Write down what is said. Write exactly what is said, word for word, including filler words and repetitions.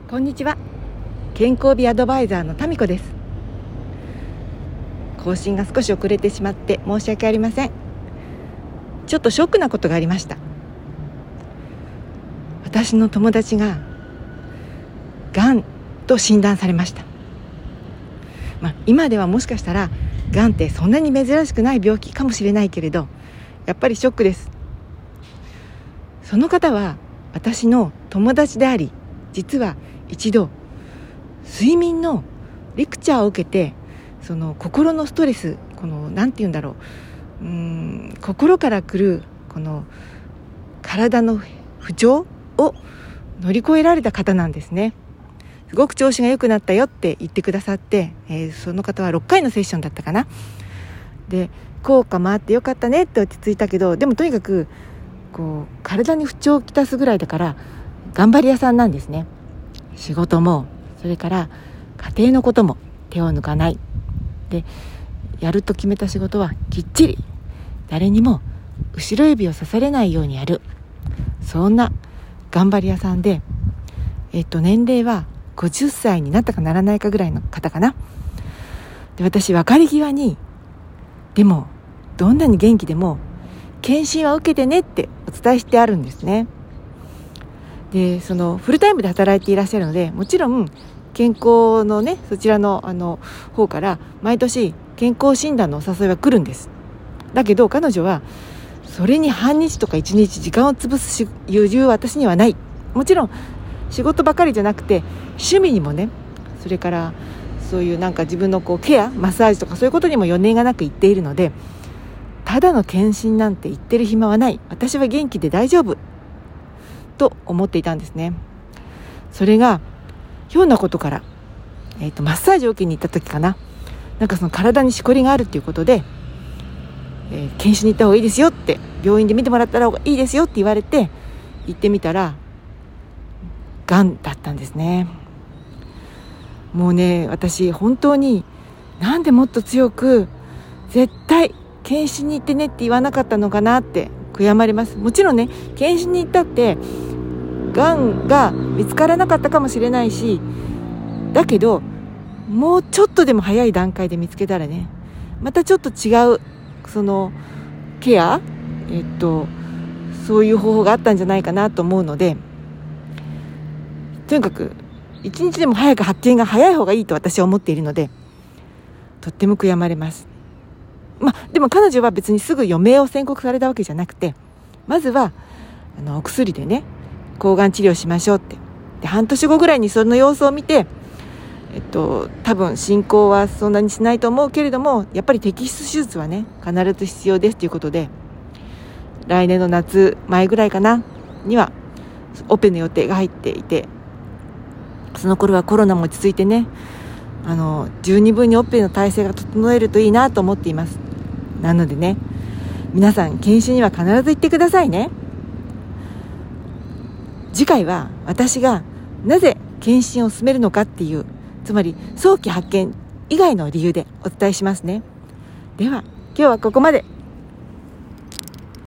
こんにちは。健康美アドバイザーのタミコです。更新が少し遅れてしまって申し訳ありません。ちょっとショックなことがありました。私の友達ががんと診断されました。まあ、今ではもしかしたらがんってそんなに珍しくない病気かもしれないけれど、やっぱりショックです。その方は私の友達であり、実は一度睡眠のレクチャーを受けて、その心のストレス、このなんて言うんだろう、うーん心から来るこの体の不調を乗り越えられた方なんですね。すごく調子が良くなったよって言ってくださって、えー、その方はろっかいのセッションだったかな。で、効果もあってよかったねって落ち着いたけど、でもとにかくこう体に不調をきたすぐらいだから頑張り屋さんなんですね。仕事もそれから家庭のことも手を抜かないで、やると決めた仕事はきっちり、誰にも後ろ指を刺されないようにやる、そんな頑張り屋さんで、えっと年齢はごじゅっさいになったかならないかぐらいの方かな。で、私別れ際に、でもどんなに元気でも検診は受けてねってお伝えしてあるんですね。で、そのフルタイムで働いていらっしゃるので、もちろん健康のね、そちらのあの方から毎年健康診断のお誘いは来るんです。だけど彼女はそれに半日とか一日時間を潰す余裕は私にはない。もちろん仕事ばかりじゃなくて趣味にもね、それからそういうなんか自分のこうケア、マッサージとかそういうことにも余念がなく行っているので、ただの検診なんて言ってる暇はない、私は元気で大丈夫と思っていたんですね。それがひょんなことから、えーと、マッサージを受けに行った時かな、なんかその体にしこりがあるっていうことで、えー、検診に行った方がいいですよって、病院で見てもらった方がいいですよって言われて行ってみたらがんだったんですね。もうね、私本当になんでもっと強く絶対検診に行ってねって言わなかったのかなって悔やまれます。もちろんね、検診に行ったってがんが見つからなかったかもしれないし、だけどもうちょっとでも早い段階で見つけたらね、またちょっと違うそのケア、えっとそういう方法があったんじゃないかなと思うので、とにかく一日でも早く発見が早い方がいいと私は思っているので、とっても悔やまれます。まあ、でも彼女は別にすぐ余命を宣告されたわけじゃなくて、まずはあのお薬でね、抗がん治療しましょうって。で、半年後ぐらいにその様子を見て、えっと多分進行はそんなにしないと思うけれども、やっぱり摘出手術はね必ず必要ですということで、来年の夏前ぐらいかなにはオペの予定が入っていて、その頃はコロナも落ち着いてね、あの十二分にオペの体制が整えるといいなと思っています。なのでね、皆さん検診には必ず行ってくださいね。次回は私がなぜ検診を進めるのかっていう、つまり早期発見以外の理由でお伝えしますね。では今日はここまで。